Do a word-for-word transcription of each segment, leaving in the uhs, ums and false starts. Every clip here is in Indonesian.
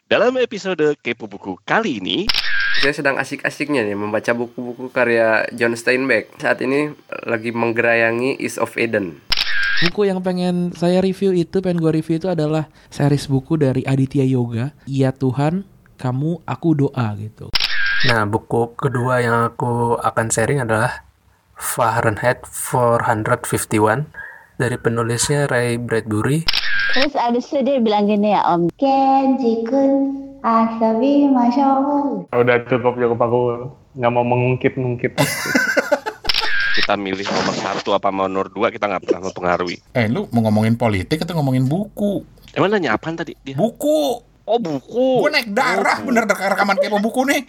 Dalam episode Kepo Buku kali ini, saya sedang asik-asiknya nih membaca buku-buku karya John Steinbeck. Saat ini lagi menggerayangi East of Eden. Buku yang pengen saya review itu, pengen gue review itu adalah series buku dari Aditya Yoga. Ya Tuhan, kamu, aku doa gitu. Nah, buku kedua yang aku akan sharing adalah Fahrenheit four fifty-one dari penulisnya Ray Bradbury. Terus abis itu dia bilang gini ya, Om Kenji-kun asabi masyaAllah. Udah cukup cukup aku nggak mau mengungkit-ungkit. kita milih nomor satu apa nomor dua, kita nggak pernah mempengaruhi. Eh, lu mau ngomongin politik atau ngomongin buku? Emang nanya apaan tadi dia? Buku. Oh, buku. Gue naik darah, buku. Bener rekaman Kepo Buku nih.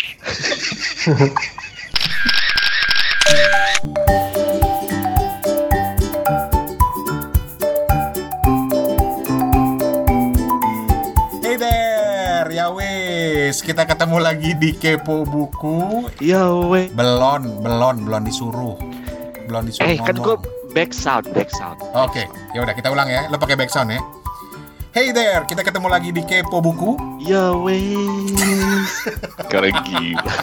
Hey there, ya wes, kita ketemu lagi di Kepo Buku. Ya wes. Belon, belon, belon disuruh. Belum disuruh Eh, ngomong. kan gue back sound, back sound. Oke, ya udah kita ulang ya. Lo pakai back sound ya. Hey there, kita ketemu lagi di Kepo Buku. Ya wes. Keren gila.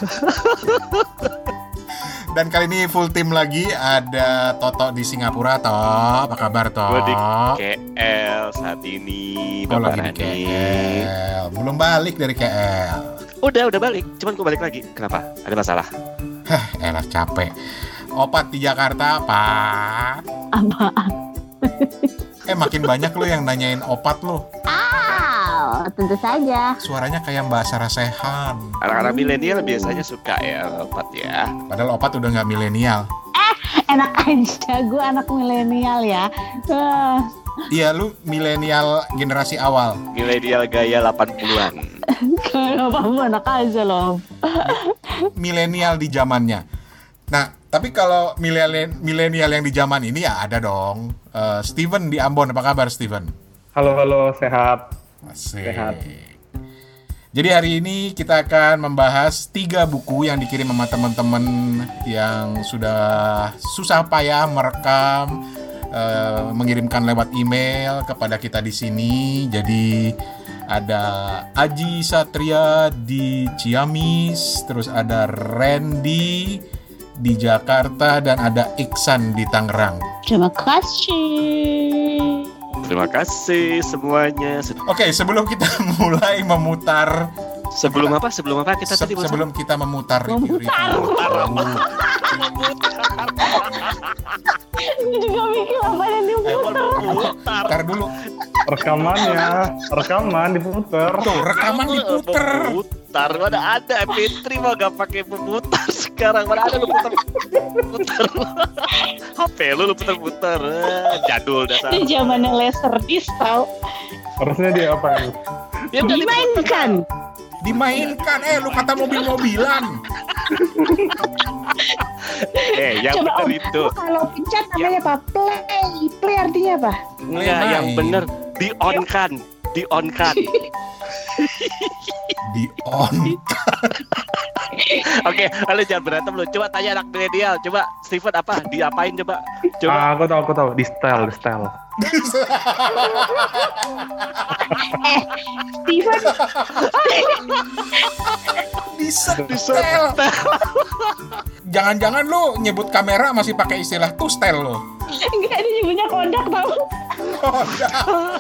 Dan kali ini full tim lagi. Ada Toto di Singapura, Toh. Apa kabar, Toh? Gue di K L saat ini. Oh, lagi di K L. Belum balik dari K L. Udah, udah balik. Cuman gue balik lagi. Kenapa? Ada masalah? Hah, elah capek. Opat di Jakarta, Pak. Apaan? Eh, makin banyak lo yang nanyain opat lo. Ah, tentu saja. Suaranya kayak Mbak Sarah Sehan. Anak-anak milenial biasanya suka ya opat ya. Padahal opat udah nggak milenial. Eh, enak aja. Gue anak milenial ya. Uh. Iya, lu milenial generasi awal. Milenial gaya delapan puluhan. Kenapa enak aja loh. Milenial di zamannya. Nah, tapi kalau milenial milenial yang di zaman ini ya ada dong. Uh, Steven di Ambon, apa kabar Steven? Halo halo, sehat. Asik. Sehat. Jadi hari ini kita akan membahas tiga buku yang dikirim sama teman-teman yang sudah susah payah merekam, uh, mengirimkan lewat email kepada kita di sini. Jadi ada Aji Satria di Ciamis, terus ada Randy di Jakarta, dan ada Iksan di Tangerang. Terima kasih. Terima kasih semuanya. Oke, sebelum kita mulai memutar, Sebelum apa? Sebelum apa kita se- tadi? sebelum kita memutar review-review. Gue juga mikir apa yang diputar. Ntar dulu. Rekamannya, rekaman diputer. Tuh, rekaman diputer. Putar, mana ada M P tiga mah gak pakai pemutar sekarang. Mana ada lu putar putar. H P lu lu putar-putar. Jadul dasar. Ini zamannya Laserdisc tau. Harusnya dia apa ini? Ya, udah Dimainkan. Dimainkan, eh lu kata mobil-mobilan. Eh, yang Coba, bener Om, itu. kalau pencet namanya apa? Play. Play artinya apa? Enggak, yang bener di on kan, di on kan. Di on. Oke, lalu jangan berantem lu. Coba tanya anak milenial. Coba Steven apa? Diapain coba? Coba. Ah, aku tahu, aku tahu. Di style, di style. Eh, Steven. Bisa, setel. Jangan-jangan lu nyebut kamera masih pakai istilah two style lo. Enggak, dia nyebutnya kodak tau. Kodak.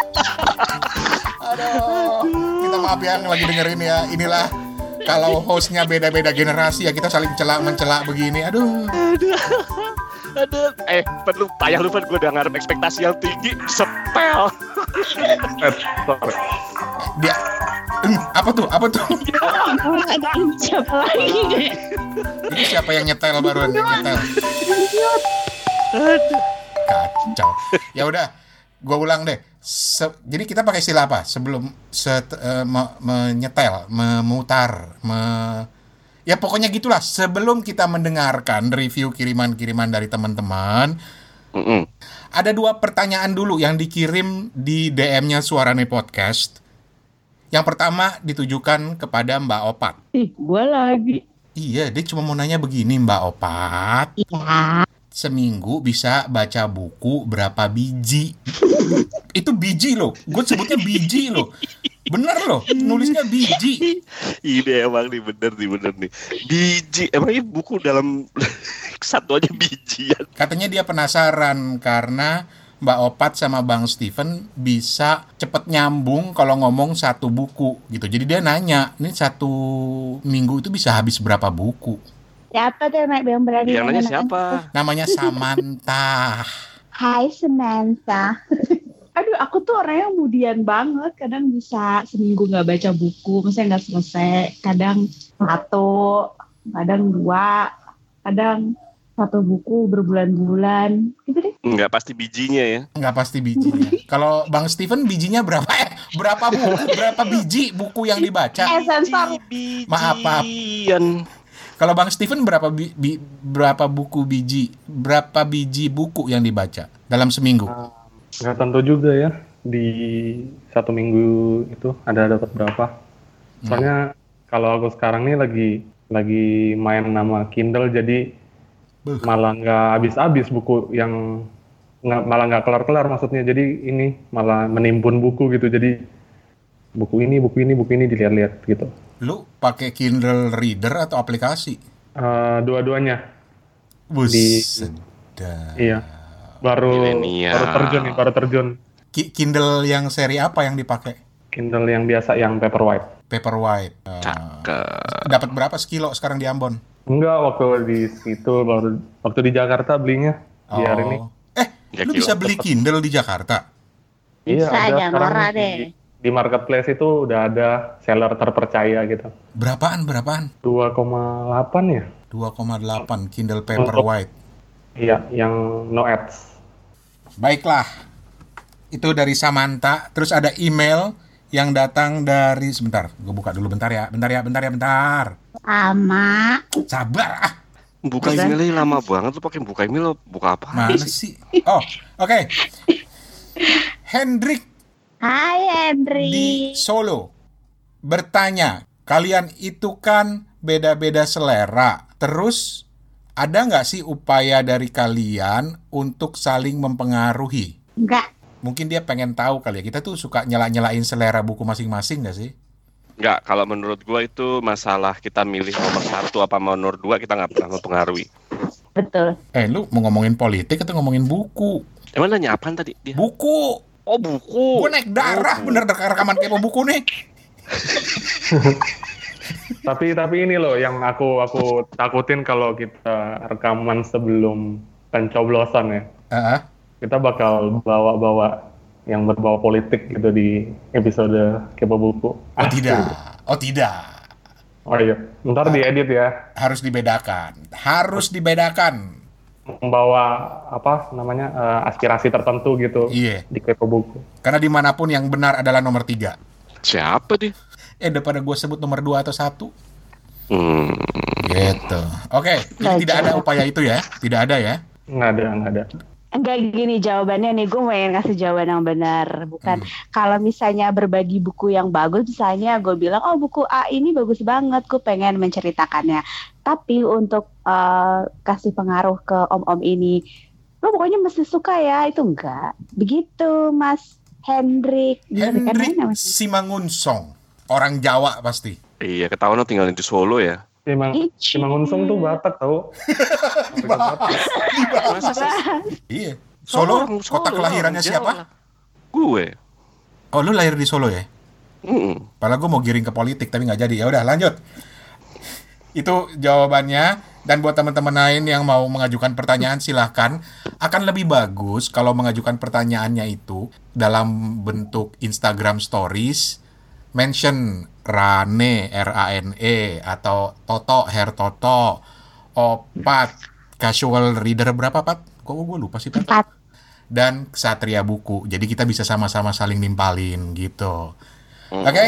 Aduh. Kita maaf ya yang lagi dengerin ya. Inilah kalau hostnya beda-beda generasi ya, kita saling celak-mencelak begini. Aduh. Aduh. Aduh. Eh, perlu payah lu, gue udah ngarep ekspektasi yang tinggi. Setel. Eh, sorry. Dia Hmm, apa tuh? Apa tuh? Ada siapa lagi deh? Ini siapa yang nyetel baruan yang nyetel? Kacau. Ya udah, gua ulang deh. Se- jadi kita pakai istilah apa? Sebelum set, uh, me- menyetel, memutar, me- ya pokoknya gitulah. Sebelum kita mendengarkan review kiriman-kiriman dari teman-teman, Mm-mm. ada dua pertanyaan dulu yang dikirim di D M-nya Suarane Podcast. Yang pertama ditujukan kepada Mbak Opat. Ih, gua lagi. Iya, dia cuma mau nanya begini, Mbak Opat. Iya. Seminggu bisa baca buku berapa biji? Itu biji loh. Gue sebutnya biji loh. Bener loh, nulisnya biji. Ini emang nih bener nih bener nih. Biji, emangnya buku dalam satu aja bijian. Katanya dia penasaran karena Mbak Opat sama Bang Steven bisa cepet nyambung kalau ngomong satu buku gitu. Jadi dia nanya, ini satu minggu itu bisa habis berapa buku? Siapa tuh yang berani? Yang nanya nanya siapa? Namanya Samantha. Hai Samantha. Aduh, aku tuh orang yang mudian banget. Kadang bisa seminggu nggak baca buku, misalnya nggak selesai. Kadang satu, kadang dua, kadang satu buku berbulan-bulan, gitu deh. Enggak pasti bijinya ya. Nggak pasti bijinya. Kalau Bang Steven bijinya berapa? Eh, berapa buku? Berapa biji buku yang dibaca? Eh, sensor. Maaf, maaf. Kalau Bang Steven berapa bi- bi- berapa buku biji? Berapa biji buku yang dibaca dalam seminggu? Nggak tentu juga ya. Di satu minggu itu ada dapat berapa. Soalnya kalau aku sekarang nih lagi lagi main nama Kindle, jadi Beuh. malah nggak habis-habis buku yang nggak malah nggak kelar-kelar maksudnya. Jadi ini malah menimbun buku gitu. Jadi buku ini, buku ini, buku ini dilihat-lihat gitu. Lu pakai Kindle Reader atau aplikasi? Eh, dua-duanya. Bus. Di- Sedap. Iya. Baru Milenial. baru terjun nih, baru terjun. Ki- Kindle yang seri apa yang dipakai? Kindle yang biasa, yang Paperwhite. Paperwhite. Uh, Cakep. Dapat berapa sekilo sekarang di Ambon? Enggak, waktu di situ baru waktu di Jakarta belinya di hari ini. Eh, Ya, lu kilo. bisa beli Kindle di Jakarta? Iya, Bisa, ada jangan sekarang norak di, deh. di marketplace itu udah ada seller terpercaya gitu. Berapaan, berapaan? dua koma delapan ya? dua koma delapan Kindle Paperwhite. Iya, yang no ads. Baiklah. Itu dari Samantha. Terus ada email yang datang dari... Sebentar, gue buka dulu bentar ya. Bentar ya, bentar ya, bentar. Ama. Sabar ah. Buka emailnya lama banget, lu pakai buka email, lu buka apa Mana sih? Oh, oke. Hendrik Hai Henry. di Solo bertanya, kalian itu kan beda-beda selera. Terus ada nggak sih upaya dari kalian untuk saling mempengaruhi? Enggak. Mungkin dia pengen tahu kali ya, kita tuh suka nyela-nyelain selera buku masing-masing nggak sih? Enggak, kalau menurut gua itu masalah kita milih nomor satu apa nomor dua, kita nggak pernah mempengaruhi. Betul. Eh, lu mau ngomongin politik atau ngomongin buku? Emang nanya apaan tadi dia? Buku! Oh buku. Gue naik darah, bener rekaman kepo buku nih. Tapi tapi ini loh yang aku aku takutin kalau kita rekaman sebelum pencoblosan ya. Heeh. Kita bakal bawa-bawa yang berbau politik gitu di episode Kepo Buku. Oh tidak, oh tidak. Oh iya, ntar diedit ya. Harus dibedakan, harus dibedakan. Membawa apa namanya eh, aspirasi tertentu gitu Iya, di Kepo Buku. karena dimanapun yang benar adalah nomor tiga. Siapa dia? Eh, daripada gue sebut nomor dua atau satu. Hmm. Gitu. Oke, jadi tidak ada upaya itu ya? Tidak ada ya? Nggak ada, nggak ada. Enggak gini jawabannya nih, gue pengen ngasih jawaban yang benar. Bukan kalau misalnya berbagi buku yang bagus, misalnya gue bilang, oh buku A ini bagus banget, gue pengen menceritakannya. Tapi untuk uh, kasih pengaruh ke om-om ini, lo pokoknya mesti suka ya, itu enggak. Begitu Mas Hendrik. Bener kan, Hendrik namanya? Simangunsong. Orang Jawa pasti. Iya, ketahuan lo tinggalin di Solo ya. Emang Ici. emang unsung tuh Batak tau. Masa sih? Iya. Solo, Orang kota Solo, kelahirannya orang siapa? Jawa. Gue. Oh, lu lahir di Solo ya? Mm. Padahal gue mau giring ke politik tapi nggak jadi. Ya udah, lanjut. Itu jawabannya. Dan buat teman-teman lain yang mau mengajukan pertanyaan silahkan. Akan lebih bagus kalau mengajukan pertanyaannya itu dalam bentuk Instagram Stories, mention Rane R A N E atau Toto Her Toto, Opat Casual Reader berapa Pat? Kok gue lupa sih Pat? Empat. Dan Ksatria Buku. Jadi kita bisa sama-sama saling nimpalin gitu. Oke?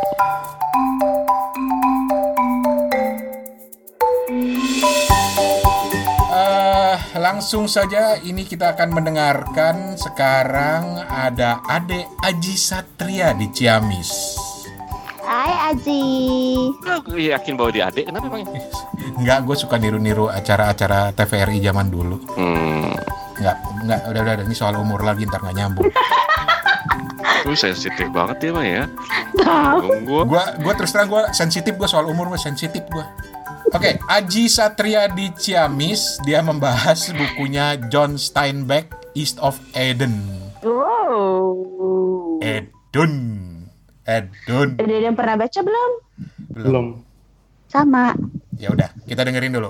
Eh, langsung saja ini kita akan mendengarkan sekarang ada Ade Aji Satria di Ciamis. Hai Aji. Gue yakin bahwa dia adik, kenapa emangnya? Enggak, gue suka niru-niru acara-acara T V R I zaman dulu. Hmm. Enggak, enggak, udah, udah, udah, ini soal umur lagi, ntar nggak nyambung. Lu sensitif banget ya, Mah ya. Tahu. Gua Gua gua terus terang gua sensitif, gua soal umur gua sensitif gua. Oke, Aji Satria di Ciamis, dia membahas bukunya John Steinbeck, East of Eden. Wow. Edun. Edun. Udah ada yang pernah baca belum? Belum. Sama. Ya udah, kita dengerin dulu.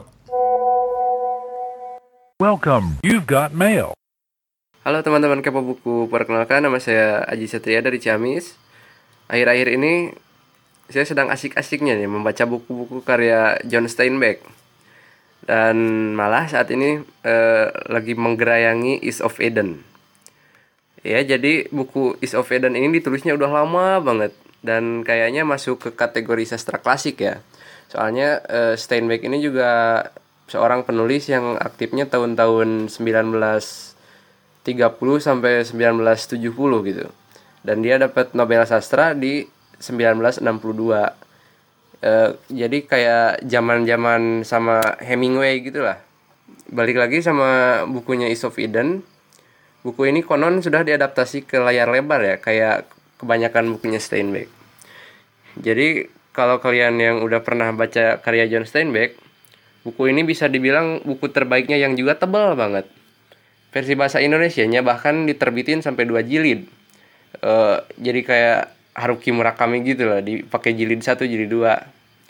Welcome, you've got mail. Halo teman-teman Kepo Buku, perkenalkan nama saya Aji Satria dari Ciamis. Akhir-akhir ini saya sedang asik-asiknya nih membaca buku-buku karya John Steinbeck. Dan malah saat ini eh, lagi menggerayangi East of Eden. Ya, jadi buku East of Eden ini ditulisnya udah lama banget dan kayaknya masuk ke kategori sastra klasik ya. Soalnya eh, Steinbeck ini juga seorang penulis yang aktifnya tahun-tahun sembilan belas tiga puluh sampai sembilan belas tujuh puluh gitu. Dan dia dapat Nobel Sastra di sembilan belas enam puluh dua. E, jadi kayak zaman-zaman sama Hemingway gitu lah. Balik lagi sama bukunya East of Eden. Buku ini konon sudah diadaptasi ke layar lebar ya, kayak kebanyakan bukunya Steinbeck. Jadi kalau kalian yang udah pernah baca karya John Steinbeck, buku ini bisa dibilang buku terbaiknya yang juga tebal banget. Versi bahasa Indonesianya bahkan diterbitin sampai dua jilid. Uh, jadi kayak Haruki Murakami gitu lah, dipakai jilid satu, jilid dua.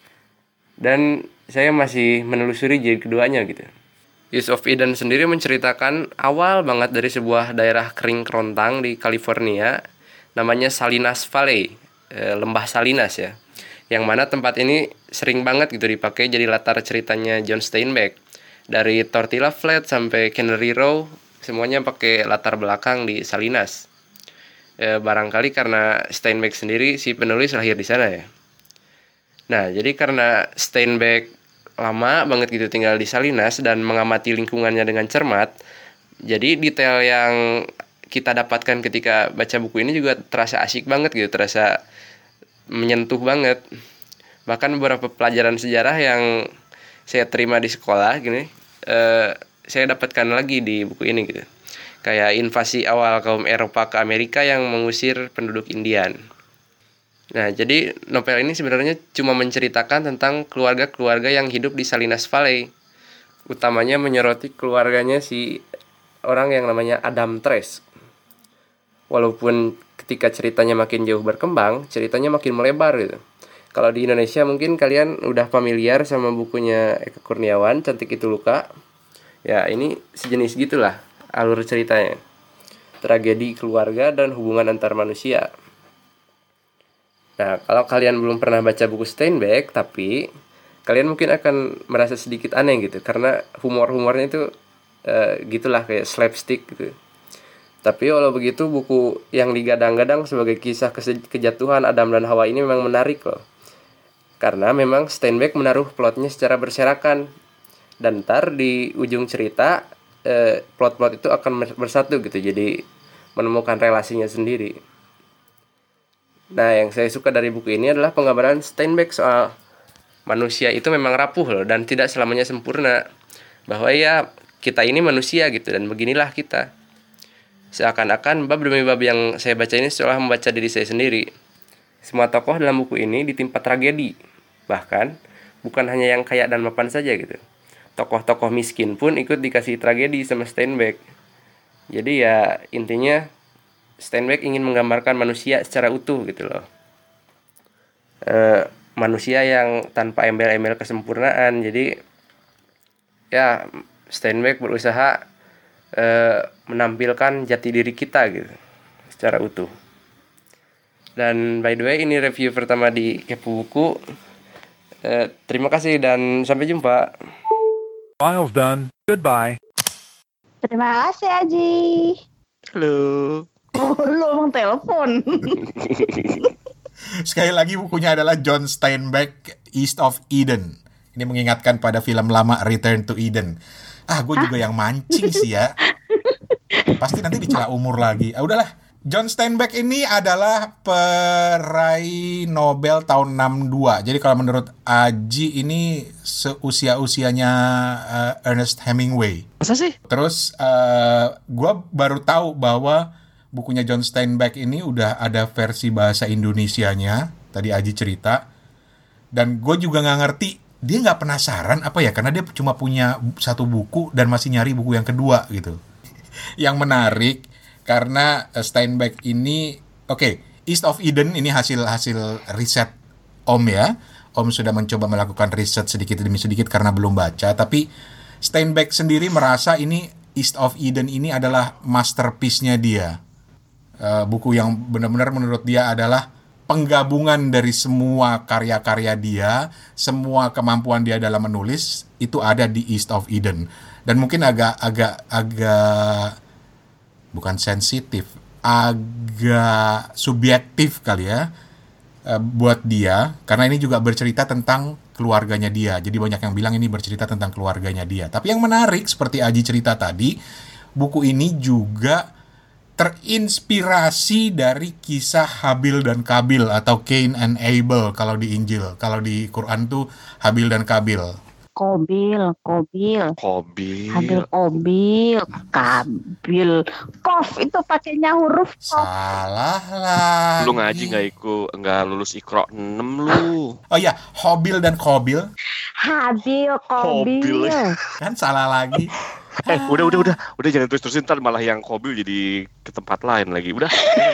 Dan saya masih menelusuri jilid keduanya gitu. East of Eden sendiri menceritakan awal banget dari sebuah daerah kering kerontang di California, namanya Salinas Valley, uh, lembah Salinas ya. Yang mana tempat ini sering banget gitu dipakai jadi latar ceritanya John Steinbeck. Dari Tortilla Flat sampai Cannery Row, semuanya pakai latar belakang di Salinas. E, barangkali karena Steinbeck sendiri si penulis lahir di sana ya. Nah, jadi karena Steinbeck lama banget gitu tinggal di Salinas dan mengamati lingkungannya dengan cermat, jadi detail yang kita dapatkan ketika baca buku ini juga terasa asik banget gitu, terasa menyentuh banget. Bahkan beberapa pelajaran sejarah yang saya terima di sekolah gini, eh, saya dapatkan lagi di buku ini gitu. Kayak invasi awal kaum Eropa ke Amerika yang mengusir penduduk Indian. Nah, jadi novel ini sebenarnya cuma menceritakan tentang keluarga-keluarga yang hidup di Salinas Valley. Utamanya menyoroti keluarganya si orang yang namanya Adam Trask. Walaupun ketika ceritanya makin jauh berkembang, ceritanya makin melebar gitu. Kalau di Indonesia mungkin kalian udah familiar sama bukunya Eka Kurniawan, Cantik Itu Luka. Ya, ini sejenis gitulah alur ceritanya. Tragedi keluarga dan hubungan antar manusia. Nah, kalau kalian belum pernah baca buku Steinbeck, tapi kalian mungkin akan merasa sedikit aneh gitu, karena humor-humornya itu uh, gitulah kayak slapstick gitu. Tapi walau begitu, buku yang digadang-gadang sebagai kisah kejatuhan Adam dan Hawa ini memang menarik loh. Karena memang Steinbeck menaruh plotnya secara berserakan. Dan ntar di ujung cerita, eh, plot-plot itu akan bersatu gitu. Jadi menemukan relasinya sendiri. Nah, yang saya suka dari buku ini adalah penggambaran Steinbeck soal manusia itu memang rapuh loh, dan tidak selamanya sempurna. Bahwa ya, kita ini manusia gitu, dan beginilah kita. Seakan-akan bab demi bab yang saya baca ini seolah membaca diri saya sendiri. Semua tokoh dalam buku ini ditimpa tragedi. Bahkan, bukan hanya yang kaya dan mapan saja gitu. Tokoh-tokoh miskin pun ikut dikasih tragedi sama Steinbeck. Jadi ya, intinya Steinbeck ingin menggambarkan manusia secara utuh gitu loh. E, manusia yang tanpa embel-embel kesempurnaan. Jadi, ya, Steinbeck berusaha Uh, menampilkan jati diri kita gitu secara utuh. Dan by the way, ini review pertama di Kepo Buku. uh, Terima kasih dan sampai jumpa. File's done. Goodbye. Terima kasih Aji. halo. Oh, lu emang telepon. Sekali lagi bukunya adalah John Steinbeck, East of Eden. Ini mengingatkan pada film lama Return to Eden. Ah, gue juga yang mancing sih ya. Pasti nanti dicela umur lagi. Ah, udahlah. John Steinbeck ini adalah peraih Nobel tahun enam puluh dua. Jadi kalau menurut Aji ini seusia-usianya uh, Ernest Hemingway. Masa sih? Terus uh, gue baru tahu bahwa bukunya John Steinbeck ini udah ada versi bahasa Indonesianya. Tadi Aji cerita. Dan gue juga nggak ngerti, dia nggak penasaran apa ya, karena dia cuma punya satu buku dan masih nyari buku yang kedua gitu. Yang menarik karena Steinbeck ini, oke, okay, East of Eden ini hasil hasil riset Om ya. Om sudah mencoba melakukan riset sedikit demi sedikit karena belum baca, tapi Steinbeck sendiri merasa ini East of Eden ini adalah masterpiece-nya dia. Uh, buku yang benar-benar menurut dia adalah penggabungan dari semua karya-karya dia, semua kemampuan dia dalam menulis itu ada di East of Eden. Dan mungkin agak agak agak bukan sensitif, agak subjektif kali ya uh, buat dia, karena ini juga bercerita tentang keluarganya dia. Jadi banyak yang bilang ini bercerita tentang keluarganya dia. Tapi yang menarik seperti Aji cerita tadi, buku ini juga terinspirasi dari kisah Habil dan Kabil atau Cain and Abel kalau di Injil. Kalau di Quran tuh Habil dan Kabil. Kobil, kobil. Kobil. Habil, kobil, kabil. Kof itu pakainya huruf kof. Salah lah. Lu ngaji nggak ikut, nggak lulus Iqra enam lu. Oh iya, Hobil dan Kobil. Habil, kobil. Kobil. Kan salah lagi. Eh, udah, udah, udah, udah jangan terus-terusin, ntar malah yang Kobil jadi ke tempat lain lagi. Udah.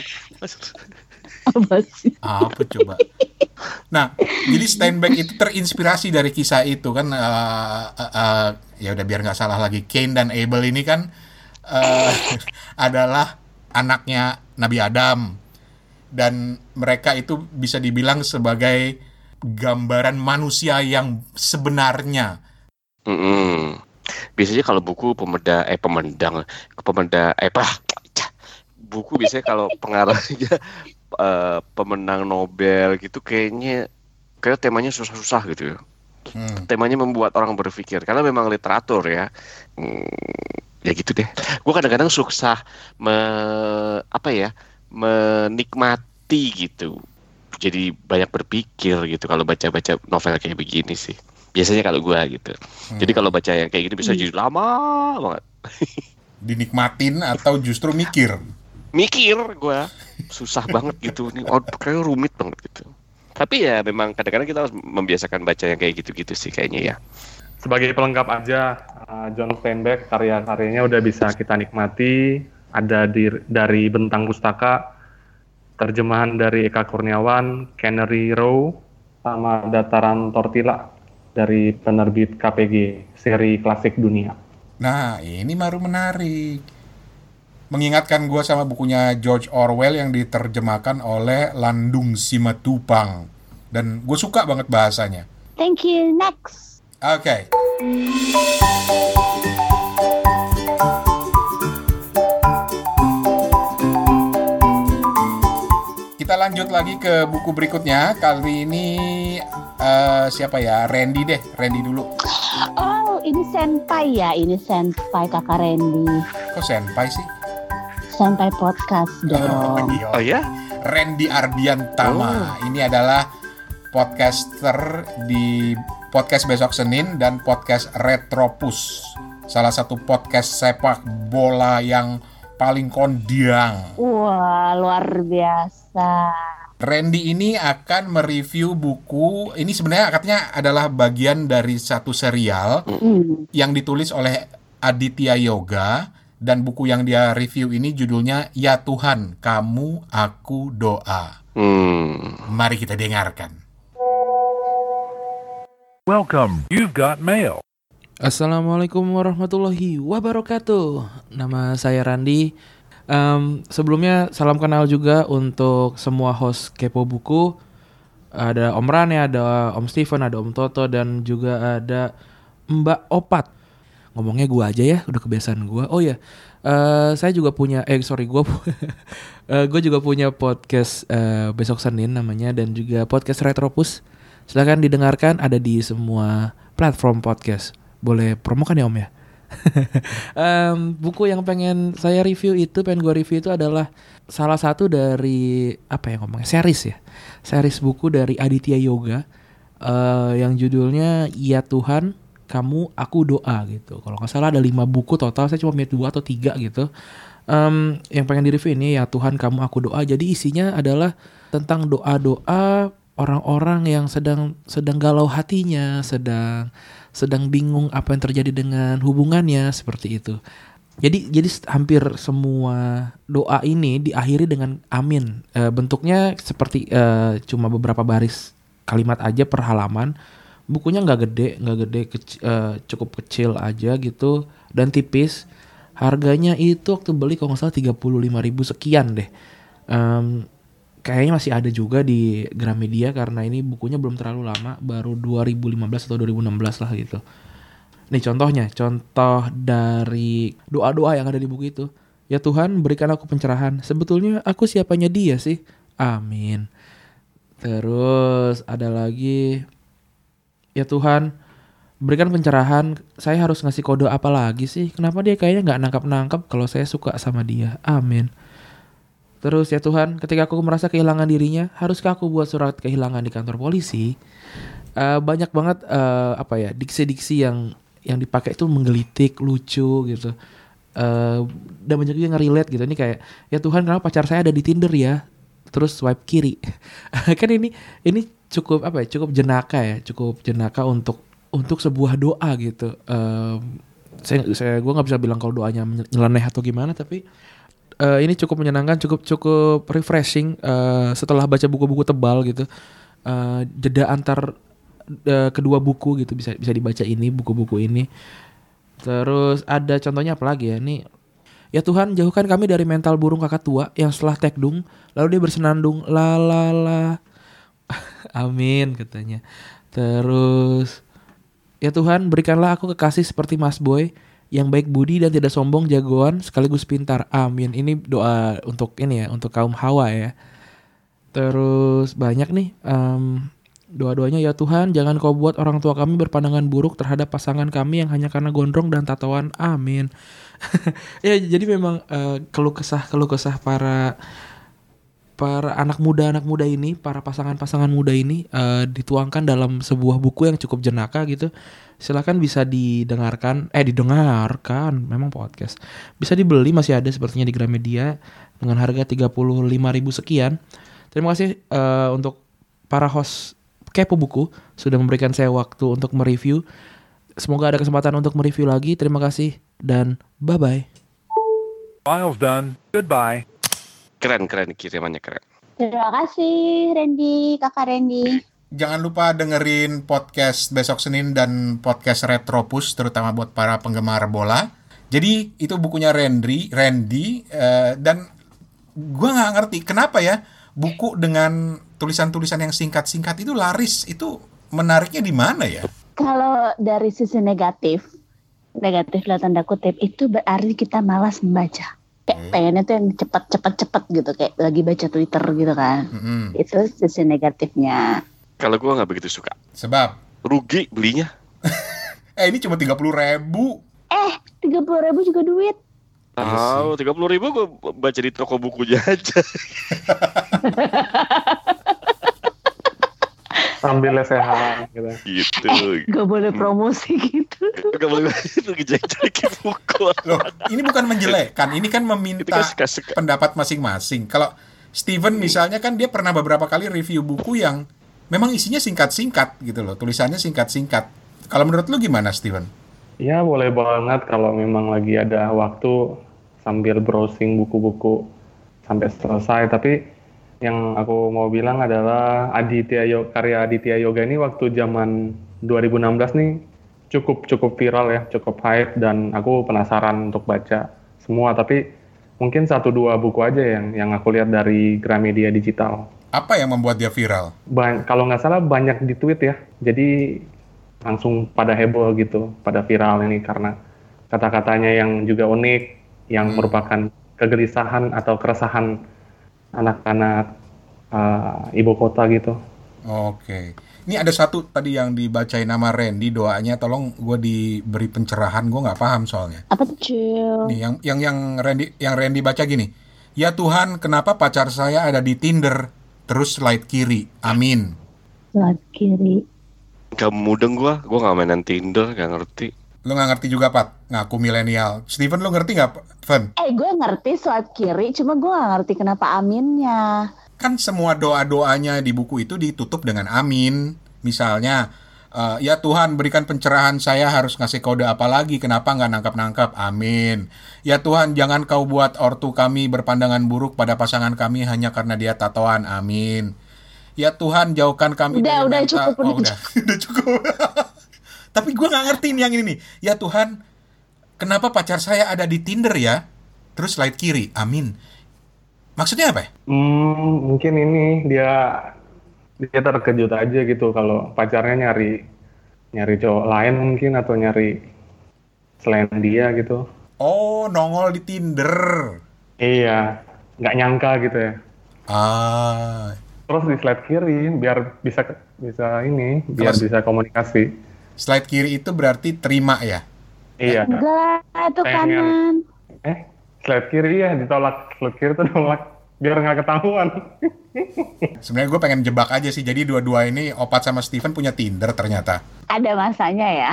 Apa sih? Apa coba? Nah, jadi Steinbeck itu terinspirasi dari kisah itu kan. Uh, uh, uh, ya udah biar nggak salah lagi. Cain dan Abel ini kan uh, adalah anaknya Nabi Adam, dan mereka itu bisa dibilang sebagai gambaran manusia yang sebenarnya. Mm-mm. Biasanya kalau buku pemeda eh pemendang pemeda eh apa buku biasanya kalau pengarangnya uh, pemenang Nobel gitu kayaknya kayak temanya susah-susah gitu ya. Hmm. Temanya membuat orang berpikir karena memang literatur ya. Hmm, ya gitu deh. Gue kadang-kadang susah me, apa ya menikmati gitu. Jadi banyak berpikir gitu kalau baca-baca novel kayak begini sih. Biasanya kalau gue gitu. Hmm. Jadi kalau baca yang kayak gitu bisa jadi lama banget. Dinikmatin atau justru mikir? Mikir gue. Susah banget gitu. Ini oh, kayaknya rumit banget gitu. Tapi ya memang kadang-kadang kita harus membiasakan baca yang kayak gitu-gitu sih kayaknya ya. Sebagai pelengkap aja, John Steinbeck karya-karyanya udah bisa kita nikmati. Ada di, dari Bentang Pustaka, terjemahan dari Eka Kurniawan, Canary Row, sama Dataran Tortilla dari penerbit K P G, seri klasik dunia. Nah, ini baru menarik. Mengingatkan gue sama bukunya George Orwell yang diterjemahkan oleh Landung Simatupang. Dan gue suka banget bahasanya. Thank you, next. Oke. Okay. Kita lanjut lagi ke buku berikutnya. Kali ini uh, siapa ya? Randy deh, Randy dulu. Oh, ini senpai ya, ini senpai kakak Randy. Kok senpai sih? Senpai podcast dong. Oh, iya. Oh ya? Randy Ardiantama. Oh. Ini adalah podcaster di podcast Besok Senin dan podcast Retropus. Salah satu podcast sepak bola yang paling kondang. Wah, luar biasa. Randy ini akan mereview buku. Ini sebenarnya katanya adalah bagian dari satu serial mm. yang ditulis oleh Aditya Yoga. Dan buku yang dia review ini judulnya Ya Tuhan, Kamu, Aku, Doa. Hmm. Mari kita dengarkan. Welcome, you've got mail. Assalamualaikum warahmatullahi wabarakatuh. Nama saya Randi. Um, sebelumnya salam kenal juga untuk semua host Kepo Buku. Ada Om Rane, ada Om Steven, ada Om Toto, dan juga ada Mbak Opat. Ngomongnya gue aja ya, udah kebiasaan gue. Oh ya, uh, saya juga punya, eh sorry gue, uh, gue juga punya podcast uh, Besok Senin namanya, dan juga podcast Retropus. Silakan didengarkan, ada di semua platform podcast. Boleh promokan ya Om ya. um, buku yang pengen saya review itu, pengen gue review itu adalah salah satu dari apa ya ngomongnya, series ya, series buku dari Aditya Yoga uh, yang judulnya Ya Tuhan, Kamu, Aku, Doa gitu. Kalau nggak salah ada lima buku total, saya cuma punya dua atau tiga gitu. Um, yang pengen di-review ini ya Tuhan kamu aku doa. Jadi isinya adalah tentang doa-doa orang-orang yang sedang sedang galau hatinya, sedang sedang bingung apa yang terjadi dengan hubungannya seperti itu. Jadi jadi hampir semua doa ini diakhiri dengan amin. E, bentuknya seperti e, cuma beberapa baris kalimat aja per halaman. Bukunya nggak gede, nggak gede, keci, e, cukup kecil aja gitu dan tipis. Harganya itu waktu beli kalau nggak salah tiga puluh lima ribu sekian deh. Um, kayaknya masih ada juga di Gramedia karena ini bukunya belum terlalu lama, baru dua ribu lima belas atau dua ribu enam belas lah gitu. Nih contohnya, contoh dari doa-doa yang ada di buku itu. Ya Tuhan berikan aku pencerahan, sebetulnya aku siapanya dia sih? Amin. Terus ada lagi, ya Tuhan berikan pencerahan, saya harus ngasih kode apa lagi sih? Kenapa dia kayaknya gak nangkap-nangkap kalau saya suka sama dia? Amin. Terus ya Tuhan, ketika aku merasa kehilangan dirinya, haruskah aku buat surat kehilangan di kantor polisi? Uh, banyak banget uh, apa ya diksi-diksi yang yang dipakai itu menggelitik, lucu gitu. Uh, dan banyak juga yang nge-relate gitu. Ini kayak, ya Tuhan kenapa pacar saya ada di Tinder ya? Terus swipe kiri. Kan ini ini cukup apa ya? Cukup jenaka ya, cukup jenaka untuk untuk sebuah doa gitu. Um, saya saya gue nggak bisa bilang kalau doanya nyeleneh atau gimana, tapi uh, ini cukup menyenangkan, cukup cukup refreshing uh, setelah baca buku-buku tebal gitu. Uh, jeda antar uh, kedua buku gitu bisa bisa dibaca ini buku-buku ini. Terus ada contohnya apa lagi ya? Nih, ya Tuhan jauhkan kami dari mental burung kakak tua yang setelah tekdung lalu dia bersenandung la la la. Amin katanya. Terus ya Tuhan, berikanlah aku kekasih seperti Mas Boy yang baik budi dan tidak sombong, jagoan sekaligus pintar. Amin. Ini doa untuk ini ya, untuk kaum Hawa ya. Terus banyak nih um, doa-doanya. Ya Tuhan, jangan kau buat orang tua kami berpandangan buruk terhadap pasangan kami yang hanya karena gondrong dan tatoan. Amin. Ya jadi memang uh, keluh kesah keluh kesah para para anak muda anak muda ini, para pasangan-pasangan muda ini uh, dituangkan dalam sebuah buku yang cukup jenaka gitu. Silakan bisa didengarkan, eh didengarkan, memang podcast. Bisa dibeli, masih ada sepertinya di Gramedia dengan harga tiga puluh lima ribu sekian. Terima kasih uh, untuk para host Kepo Buku sudah memberikan saya waktu untuk mereview. Semoga ada kesempatan untuk mereview lagi. Terima kasih dan bye-bye. File's done. Goodbye. Keren, keren, kirimannya keren. Terima kasih Randy, kakak Randy. Jangan lupa dengerin podcast besok Senin dan podcast Retropus, terutama buat para penggemar bola. Jadi itu bukunya Randy, Randy uh, dan gue nggak ngerti kenapa ya buku dengan tulisan-tulisan yang singkat-singkat itu laris. Itu menariknya di mana ya? Kalau dari sisi negatif, negatif lah tanda kutip, itu berarti kita malas membaca. Kayak pengennya tuh yang cepat-cepat-cepat gitu, kayak lagi baca Twitter gitu kan. Mm-hmm. Itu sisi negatifnya. Kalau gue nggak begitu suka. Sebab? Rugi belinya. eh ini cuma tiga puluh ribu. Eh tiga puluh ribu juga duit. Tahu, tiga puluh ribu gue baca di toko buku aja. Sambil lesehan gitu. Gitu. Eh, gak boleh promosi gitu. Gak boleh itu ngejek-jekin buku. Loh, ini bukan menjelekkan, ini kan meminta kan suka-suka pendapat masing-masing. Kalau Steven misalnya kan dia pernah beberapa kali review buku yang memang isinya singkat-singkat gitu loh, tulisannya singkat-singkat. Kalau menurut lu gimana Steven? Ya boleh banget kalau memang lagi ada waktu sambil browsing buku-buku sampai selesai. Tapi yang aku mau bilang adalah Aditya Yoga, karya Aditya Yoga ini waktu zaman dua ribu enam belas nih cukup cukup viral ya, cukup hype dan aku penasaran untuk baca semua. Tapi mungkin satu dua buku aja yang yang aku lihat dari Gramedia Digital. Apa yang membuat dia viral? Ba- kalau nggak salah banyak di tweet ya, jadi langsung pada heboh gitu, pada viral ini karena kata-katanya yang juga unik, yang hmm. merupakan kegelisahan atau keresahan anak-anak uh, ibu kota gitu. Oke. Ini ada satu tadi yang dibacain nama Randy, doanya tolong gue diberi pencerahan, gue nggak paham soalnya. Apa tuh? Nih yang yang yang Randy yang Randy baca gini. Ya Tuhan, kenapa pacar saya ada di Tinder? Terus slide kiri. Amin. Slide kiri. Gak mudeng gue, gue nggak mainan Tinder, gak ngerti. Lu nggak ngerti juga, Pat? Ngaku milenial. Steven, lu ngerti nggak, Fen? Eh, gue ngerti swipe kiri, cuma gue gak ngerti kenapa aminnya. Kan semua doa-doanya di buku itu ditutup dengan amin. Misalnya, uh, ya Tuhan berikan pencerahan, saya harus ngasih kode apa lagi, kenapa nggak nangkap-nangkap, amin. Ya Tuhan jangan kau buat ortu kami berpandangan buruk pada pasangan kami hanya karena dia tatoan, amin. Ya Tuhan jauhkan kami Udah, dari udah mental. cukup, Oh, udah udah, udah cukup. Tapi gue nggak ngerti yang ini nih. Ya Tuhan, kenapa pacar saya ada di Tinder ya? Terus slide kiri, amin. Maksudnya apa ya? Hmm, mungkin ini dia dia terkejut aja gitu kalau pacarnya nyari nyari cowok lain mungkin atau nyari selain dia gitu. Oh, nongol di Tinder. Iya, nggak nyangka gitu ya. Ah, Terus di slide kiri biar bisa bisa ini, biar Terus- bisa komunikasi. slide kiri itu berarti terima ya? Iya. Enggak, itu Pengen. kanan. Eh, slide kiri ya ditolak, slide kiri tuh nolak biar nggak ketahuan. Sebenarnya gue pengen jebak aja sih. Jadi dua-dua ini Opat sama Steven punya Tinder ternyata. Ada masanya ya.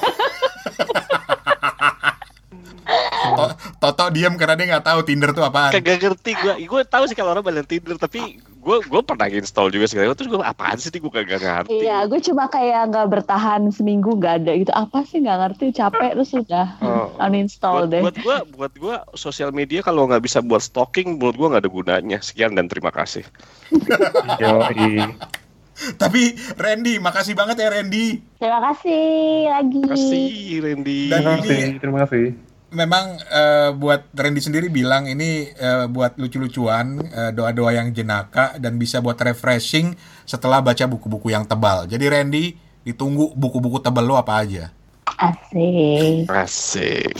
To- Toto diem karena dia nggak tahu Tinder tuh apaan. Kagak ngerti gue. Gue tahu sih kalau orang balik Tinder, tapi gue gue pernah install juga segala. Terus gue apaan sih? Gue kagak ngerti. Iya, gue cuma kayak nggak bertahan seminggu nggak ada gitu. Apa sih nggak ngerti, capek terus sudah Oh. uninstall buat, deh. buat gue, buat gue sosial media kalau nggak bisa buat stalking, menurut gue nggak ada gunanya. Sekian dan terima kasih. Yoi. Tapi Randy, makasih banget ya Randy. Terima kasih lagi. Terima kasih Randy. Dan Terima ini kasih, terima kasih. memang eh, buat Randy sendiri bilang ini eh, buat lucu-lucuan, eh, doa-doa yang jenaka dan bisa buat refreshing setelah baca buku-buku yang tebal. Jadi Randy, ditunggu buku-buku tebal lo apa aja. Asik. Asik.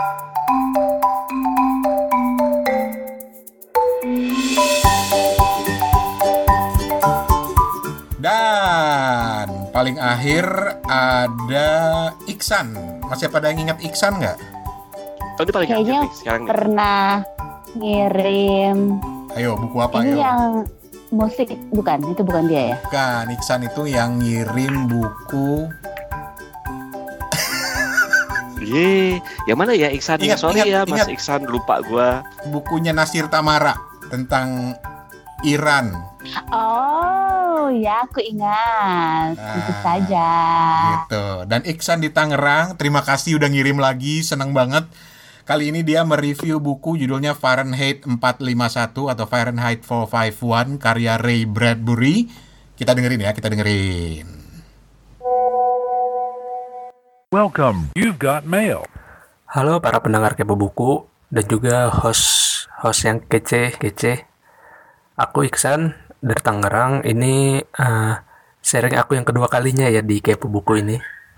Dan paling akhir ada Iksan. Masih pada yang ingat Iksan nggak? Oh, ini paling Kayaknya akhir nih, sekarang nih. pernah ngirim. Ayo, buku apa Ini ayo? yang musik, bukan? Itu bukan dia ya? Bukan, Iksan itu yang ngirim buku. Ye, yang mana ya Iksan? Ingat, Sorry ingat, ya Mas ingat. Iksan, lupa gua. Bukunya Nasir Tamara tentang Iran. Oh, ya aku ingat. Itu Ah, saja. Gitu. Dan Iksan di Tangerang, terima kasih udah ngirim lagi, seneng banget. Kali ini dia mereview buku judulnya Fahrenheit empat lima satu atau Fahrenheit empat lima satu karya Ray Bradbury. Kita dengerin ya, kita dengerin. Welcome. You've got mail. Halo para pendengar Kepo Buku dan juga host host yang kece-kece. Aku Iksan dari Tangerang. Ini uh, sharing aku yang kedua kalinya ya di Kepo Buku ini.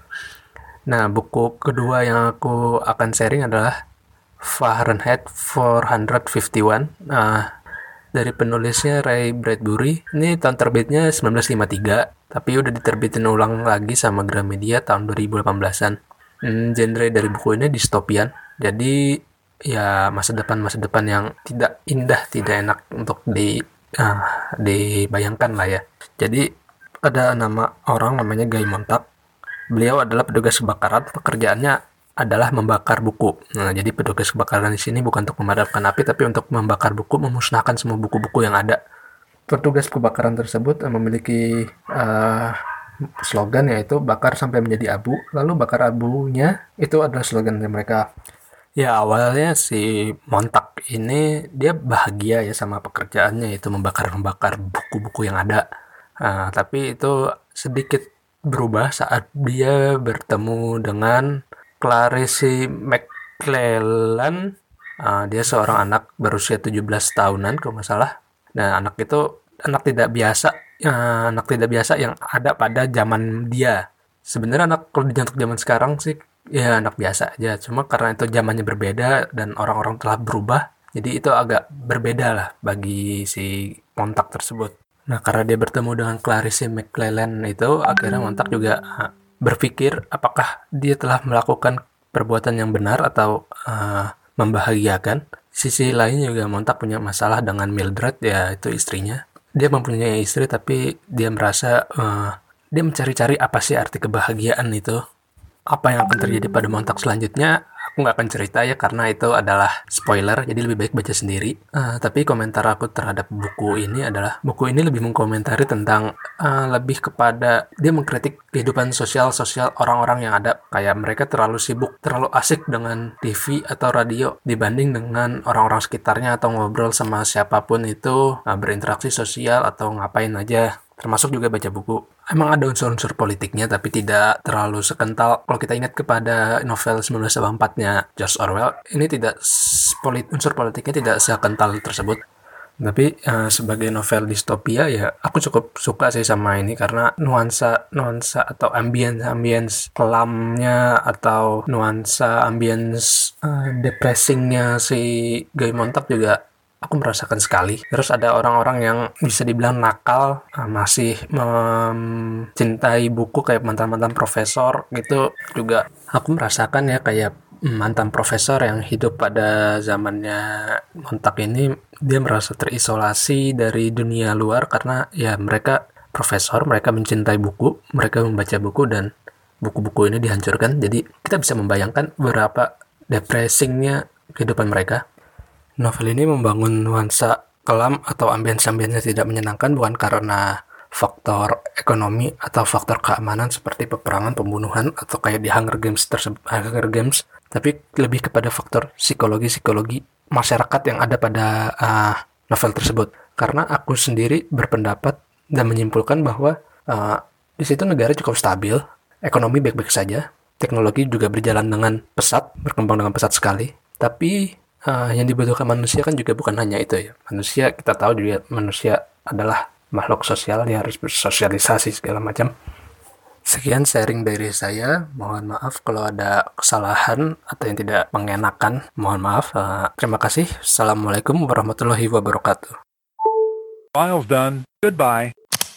Nah, buku kedua yang aku akan sharing adalah Fahrenheit empat lima satu. Nah, dari penulisnya Ray Bradbury. Ini tahun terbitnya seribu sembilan ratus lima puluh tiga, tapi udah diterbitin ulang lagi sama Gramedia tahun dua ribu delapan belasan. Hmm, genre dari buku ini distopian. Jadi ya masa depan masa depan yang tidak indah, tidak enak untuk di ah, dibayangkan lah ya. Jadi ada nama orang namanya Guy Montag. Beliau adalah petugas kebakaran. Pekerjaannya adalah membakar buku. Nah, jadi petugas kebakaran di sini bukan untuk memadamkan api, tapi untuk membakar buku, memusnahkan semua buku-buku yang ada. Petugas kebakaran tersebut eh, memiliki eh, slogan yaitu bakar sampai menjadi abu. Lalu bakar abunya itu adalah slogan dari mereka. Ya awalnya si Montag ini dia bahagia ya sama pekerjaannya, yaitu membakar-membakar buku-buku yang ada. Nah, tapi itu sedikit berubah saat dia bertemu dengan Clarice McClellan. Uh, dia seorang anak berusia tujuh belas tahunan kalau nggak salah. Nah, anak itu anak tidak biasa, uh, anak tidak biasa yang ada pada zaman dia. Sebenarnya anak kalau untuk zaman sekarang sih ya anak biasa aja. Cuma karena itu zamannya berbeda dan orang-orang telah berubah, jadi itu agak berbeda lah bagi si Montag tersebut. Nah, karena dia bertemu dengan Clarice McClellan itu, akhirnya Montag juga uh, berpikir apakah dia telah melakukan perbuatan yang benar atau uh, membahagiakan. Sisi lain juga Montag punya masalah dengan Mildred, yaitu istrinya. Dia mempunyai istri tapi dia merasa uh, dia mencari-cari apa sih arti kebahagiaan itu. apa yang akan terjadi pada Montauk selanjutnya aku nggak akan cerita ya, karena itu adalah spoiler, jadi lebih baik baca sendiri. Uh, tapi komentar aku terhadap buku ini adalah buku ini lebih mengkomentari tentang uh, lebih kepada dia mengkritik kehidupan sosial-sosial orang-orang yang ada, kayak mereka terlalu sibuk, terlalu asik dengan T V atau radio dibanding dengan orang-orang sekitarnya atau ngobrol sama siapapun itu, uh, berinteraksi sosial atau ngapain aja. Termasuk juga baca buku. Emang ada unsur-unsur politiknya, tapi tidak terlalu sekental. Kalau kita ingat kepada novel seribu sembilan ratus delapan puluh empat-nya George Orwell, ini tidak polit, unsur politiknya tidak sekental tersebut. Tapi uh, sebagai novel distopia ya, aku cukup suka sih sama ini karena nuansa nuansa atau ambience ambience kelamnya atau nuansa ambience uh, depressingnya si Guy Montag juga aku merasakan sekali. Terus ada orang-orang yang bisa dibilang nakal, masih mencintai buku kayak mantan-mantan profesor gitu juga. Aku merasakan ya kayak mantan profesor yang hidup pada zamannya Montag ini, dia merasa terisolasi dari dunia luar karena ya mereka profesor, mereka mencintai buku, mereka membaca buku dan buku-buku ini dihancurkan. Jadi kita bisa membayangkan berapa depressingnya kehidupan mereka. Novel ini membangun nuansa kelam atau ambience-ambience tidak menyenangkan bukan karena faktor ekonomi atau faktor keamanan seperti peperangan, pembunuhan atau kayak di Hunger Games tersebut, Hunger Games, tapi lebih kepada faktor psikologi-psikologi masyarakat yang ada pada uh, novel tersebut. Karena aku sendiri berpendapat dan menyimpulkan bahwa uh, di situ negara cukup stabil, ekonomi baik-baik saja, teknologi juga berjalan dengan pesat, berkembang dengan pesat sekali, tapi Uh, yang dibutuhkan manusia kan juga bukan hanya itu ya. Manusia, kita tahu juga manusia adalah makhluk sosial, dia harus bersosialisasi segala macam. Sekian sharing dari saya. Mohon maaf kalau ada kesalahan atau yang tidak mengenakan. Mohon maaf. Uh, terima kasih. Assalamualaikum warahmatullahi wabarakatuh. File's done. Goodbye.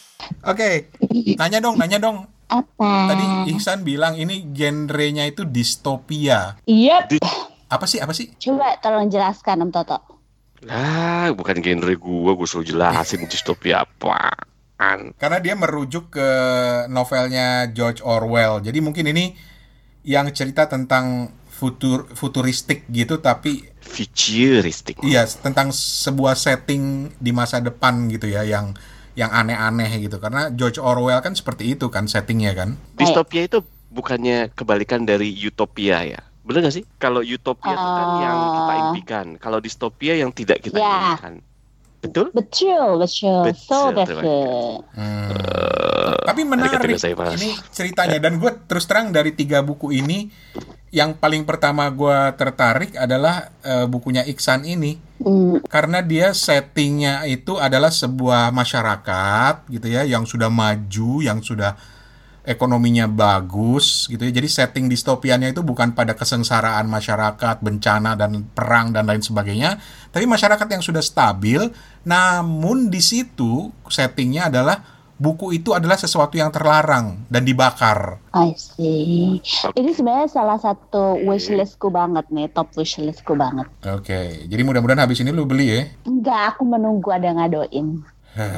Oke, okay. nanya dong, nanya dong. Apa? Tadi Ihsan bilang ini genrenya itu distopia. Iya. Yep. Apa sih, apa sih? Coba tolong jelaskan Om Toto. Lah, bukan genre gua, gua suruh jelasin distopia apaan. Karena dia merujuk ke novelnya George Orwell. Jadi mungkin ini yang cerita tentang futur futuristik gitu, tapi futuristik. Iya, tentang sebuah setting di masa depan gitu ya, yang yang aneh-aneh gitu. Karena George Orwell kan seperti itu kan settingnya kan. Distopia itu bukannya kebalikan dari utopia ya? Bener gak sih? Kalau utopia itu uh, kan yang kita impikan. Kalau distopia yang tidak kita yeah. impikan. Betul? Betul, betul. betul so betul. Hmm. Uh, Tapi menarik ini ceritanya. Dan gue terus terang dari tiga buku ini, yang paling pertama gue tertarik adalah uh, bukunya Ihsan ini. Mm. Karena dia settingnya itu adalah sebuah masyarakat gitu ya, yang sudah maju, yang sudah ekonominya bagus gitu ya. Jadi setting distopiannya itu bukan pada kesengsaraan masyarakat, bencana dan perang dan lain sebagainya, tapi masyarakat yang sudah stabil. Namun di situ settingnya adalah buku itu adalah sesuatu yang terlarang dan dibakar. I see. Ini sebenarnya salah satu wishlistku banget nih, top wishlistku banget. Oke, okay. Jadi mudah-mudahan habis ini lu beli ya? Enggak, aku menunggu ada ngadoin.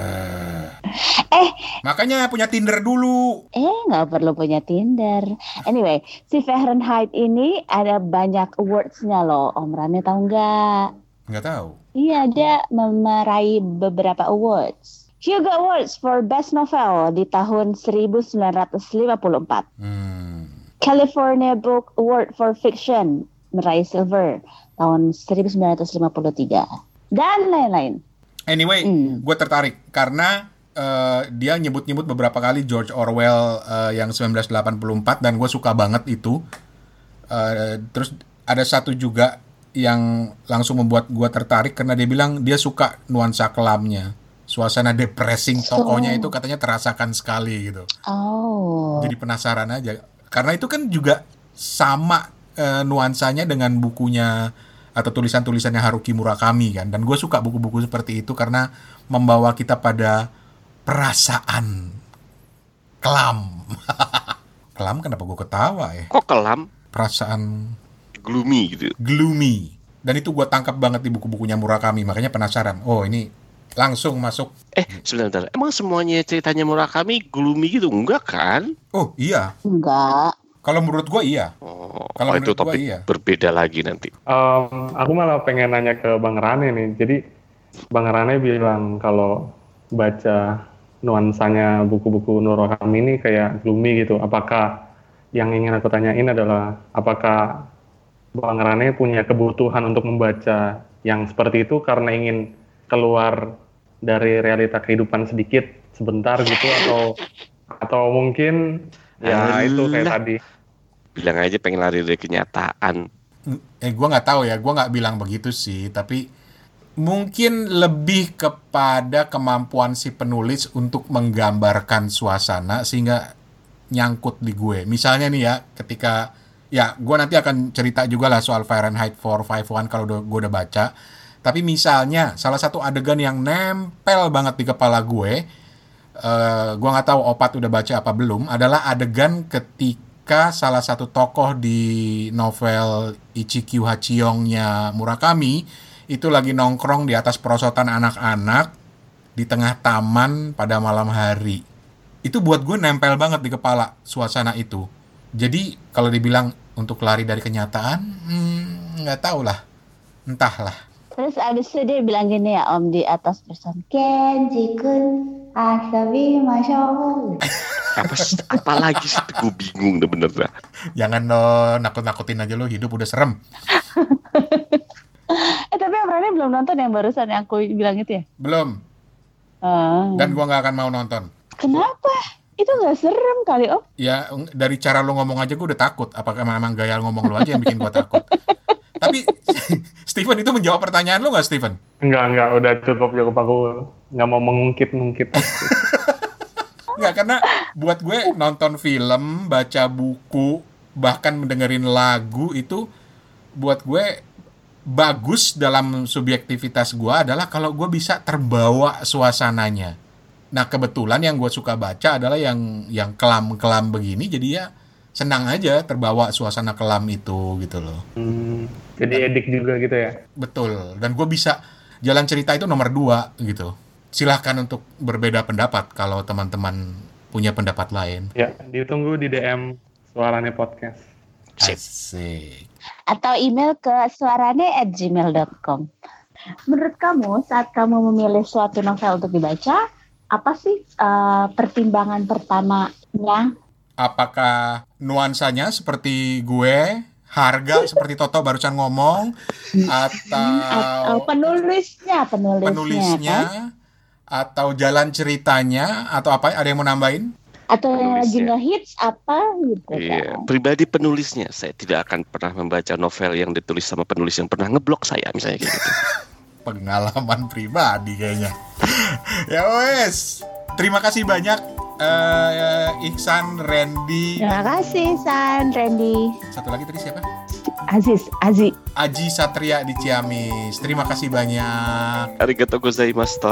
eh, makanya punya Tinder dulu. Eh, nggak perlu punya Tinder. Anyway, si Fahrenheit ini ada banyak awards-nya loh. Om Rane tahu nggak? Nggak tahu. Iya, dia meraih beberapa awards. Hugo Awards for Best Novel di tahun seribu sembilan ratus lima puluh empat. Hmm. California Book Award for Fiction meraih silver tahun seribu sembilan ratus lima puluh tiga. Dan lain-lain. Anyway, mm. gue tertarik karena uh, dia nyebut-nyebut beberapa kali George Orwell uh, yang seribu sembilan ratus delapan puluh empat dan gue suka banget itu. Uh, terus ada satu juga yang langsung membuat gue tertarik karena dia bilang dia suka nuansa kelamnya. Suasana depressing tokonya itu katanya terasakan sekali gitu. Oh. Jadi penasaran aja. Karena itu kan juga sama uh, nuansanya dengan bukunya atau tulisan-tulisannya Haruki Murakami kan. Dan gue suka buku-buku seperti itu karena membawa kita pada perasaan kelam. Kelam kenapa gue ketawa ya? Kok kelam? Perasaan gloomy gitu. Gloomy. Dan itu gue tangkap banget di buku-bukunya Murakami. Makanya penasaran. Oh ini langsung masuk. Eh sebentar. Emang semuanya ceritanya Murakami gloomy gitu? Enggak kan? Oh iya. Enggak. Kalau menurut gue iya. Oh, Kalau oh, itu menurut gua topik iya. berbeda lagi nanti. Um, aku malah pengen nanya ke Bang Rane nih. Jadi Bang Rane bilang kalau baca nuansanya buku-buku Nur Roham ini kayak gloomy gitu. Apakah yang ingin aku tanyain adalah apakah Bang Rane punya kebutuhan untuk membaca yang seperti itu karena ingin keluar dari realita kehidupan sedikit sebentar gitu atau atau mungkin ya itu kayak Alah. tadi. Bilang aja pengen lari dari kenyataan. Eh, gue nggak tahu ya, gue nggak bilang begitu sih, tapi mungkin lebih kepada kemampuan si penulis untuk menggambarkan suasana sehingga nyangkut di gue. Misalnya nih ya, ketika ya gue nanti akan cerita juga lah soal Fahrenheit four fifty-one kalau gue udah baca. Tapi misalnya salah satu adegan yang nempel banget di kepala gue, uh, gue nggak tahu Opat udah baca apa belum, adalah adegan ketika salah satu tokoh di novel Ichikyu Hachiyong-nya Murakami itu lagi nongkrong di atas perosotan anak-anak di tengah taman pada malam hari. Itu buat gue nempel banget di kepala suasana itu. Jadi kalau dibilang untuk lari dari kenyataan, hmm, nggak tahu lah, entahlah. Terus abis itu dia bilang gini ya Om di atas person Kenji-kun asabi masyawu. Apa apa lagi sih? Gue bingung deh bener dah. Jangan lo nakut-nakutin aja lo, hidup udah serem. Eh tapi Om Rane belum nonton yang barusan yang aku bilang itu ya? Belum. Uh. Dan gua nggak akan mau nonton. Kenapa? Itu nggak serem kali Om? Ya dari cara lo ngomong aja gue udah takut. Apakah memang gaya ngomong lo aja yang bikin gue takut? Tapi Steven itu menjawab pertanyaan lo nggak, Steven? Enggak, enggak, udah cukup cukup aku nggak mau mengungkit-ungkit. Nggak, karena buat gue nonton film, baca buku, bahkan mendengerin lagu itu buat gue bagus dalam subjektivitas gue adalah kalau gue bisa terbawa suasananya. Nah kebetulan yang gue suka baca adalah yang yang kelam-kelam begini, jadi ya senang aja terbawa suasana kelam itu gitu loh. Hmm, jadi edik juga gitu ya? Betul, dan gue bisa jalan cerita itu nomor dua gitu. Silahkan untuk berbeda pendapat kalau teman-teman punya pendapat lain. Ya, ditunggu di D M Suarane Podcast. Asik. Atau email ke suarane at gmail dot com. Menurut kamu saat kamu memilih suatu novel untuk dibaca, apa sih uh, pertimbangan pertamanya? Apakah nuansanya seperti gue, harga seperti Toto barusan ngomong, atau, atau penulisnya, penulisnya, penulisnya kan? Atau jalan ceritanya, atau apa? Ada yang mau nambahin? Atau yang lagi Penulisnya. ngehits apa gitu Iya, kan? pribadi penulisnya saya tidak akan pernah membaca novel yang ditulis sama penulis yang pernah ngeblok saya misalnya kayak gitu. Pengalaman pribadi kayaknya. Ya wes, terima kasih banyak uh, Iksan, Randy. Terima kasih San, Randy, Satu lagi tadi siapa? Aziz, Azi. Aji Satria di Ciamis. Terima kasih banyak. Arigatou gozaimasu.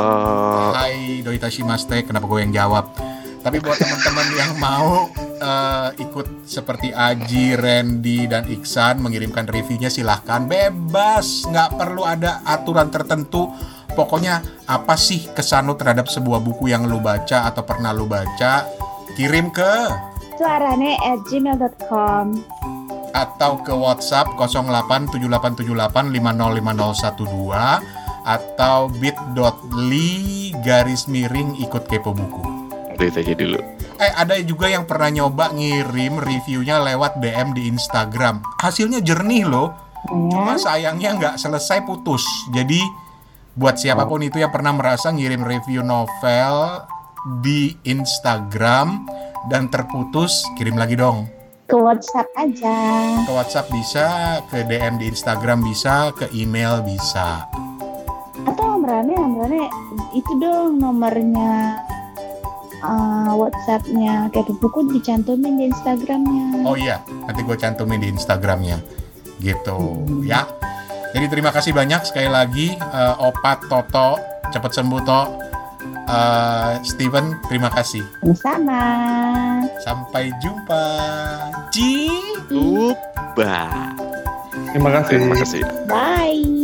Hai Doita Shimaste, kenapa gue yang jawab? Tapi buat teman-teman yang mau uh, ikut seperti Aji, Randy, dan Iksan mengirimkan reviewnya silahkan, bebas, nggak perlu ada aturan tertentu. Pokoknya apa sih kesan lu terhadap sebuah buku yang lu baca atau pernah lu baca, kirim ke Suarane at gmail dot com atau ke WhatsApp nol delapan tujuh delapan tujuh delapan lima nol lima nol satu dua atau bit.ly garis miring ikut kepo buku. Itu aja dulu. Eh ada juga yang pernah nyoba ngirim reviewnya lewat D M di Instagram. Hasilnya jernih loh. Cuma sayangnya nggak selesai putus. Jadi buat siapapun itu yang pernah merasa ngirim review novel di Instagram dan terputus, kirim lagi dong. ke WhatsApp aja. Ke WhatsApp bisa, ke D M di Instagram bisa, ke email bisa. Atau Om Rane, Om Rane itu dong nomornya uh, WhatsApp-nya kayak buku dicantumin di Instagramnya. Oh iya, nanti gue cantumin di Instagramnya. Gitu ya. Jadi terima kasih banyak sekali lagi uh, Opat, Toto, cepet sembuh Toto. Uh, Steven, terima kasih. Sama. Sampai jumpa. Ci. Lupa. Terima kasih. Terima kasih. Bye.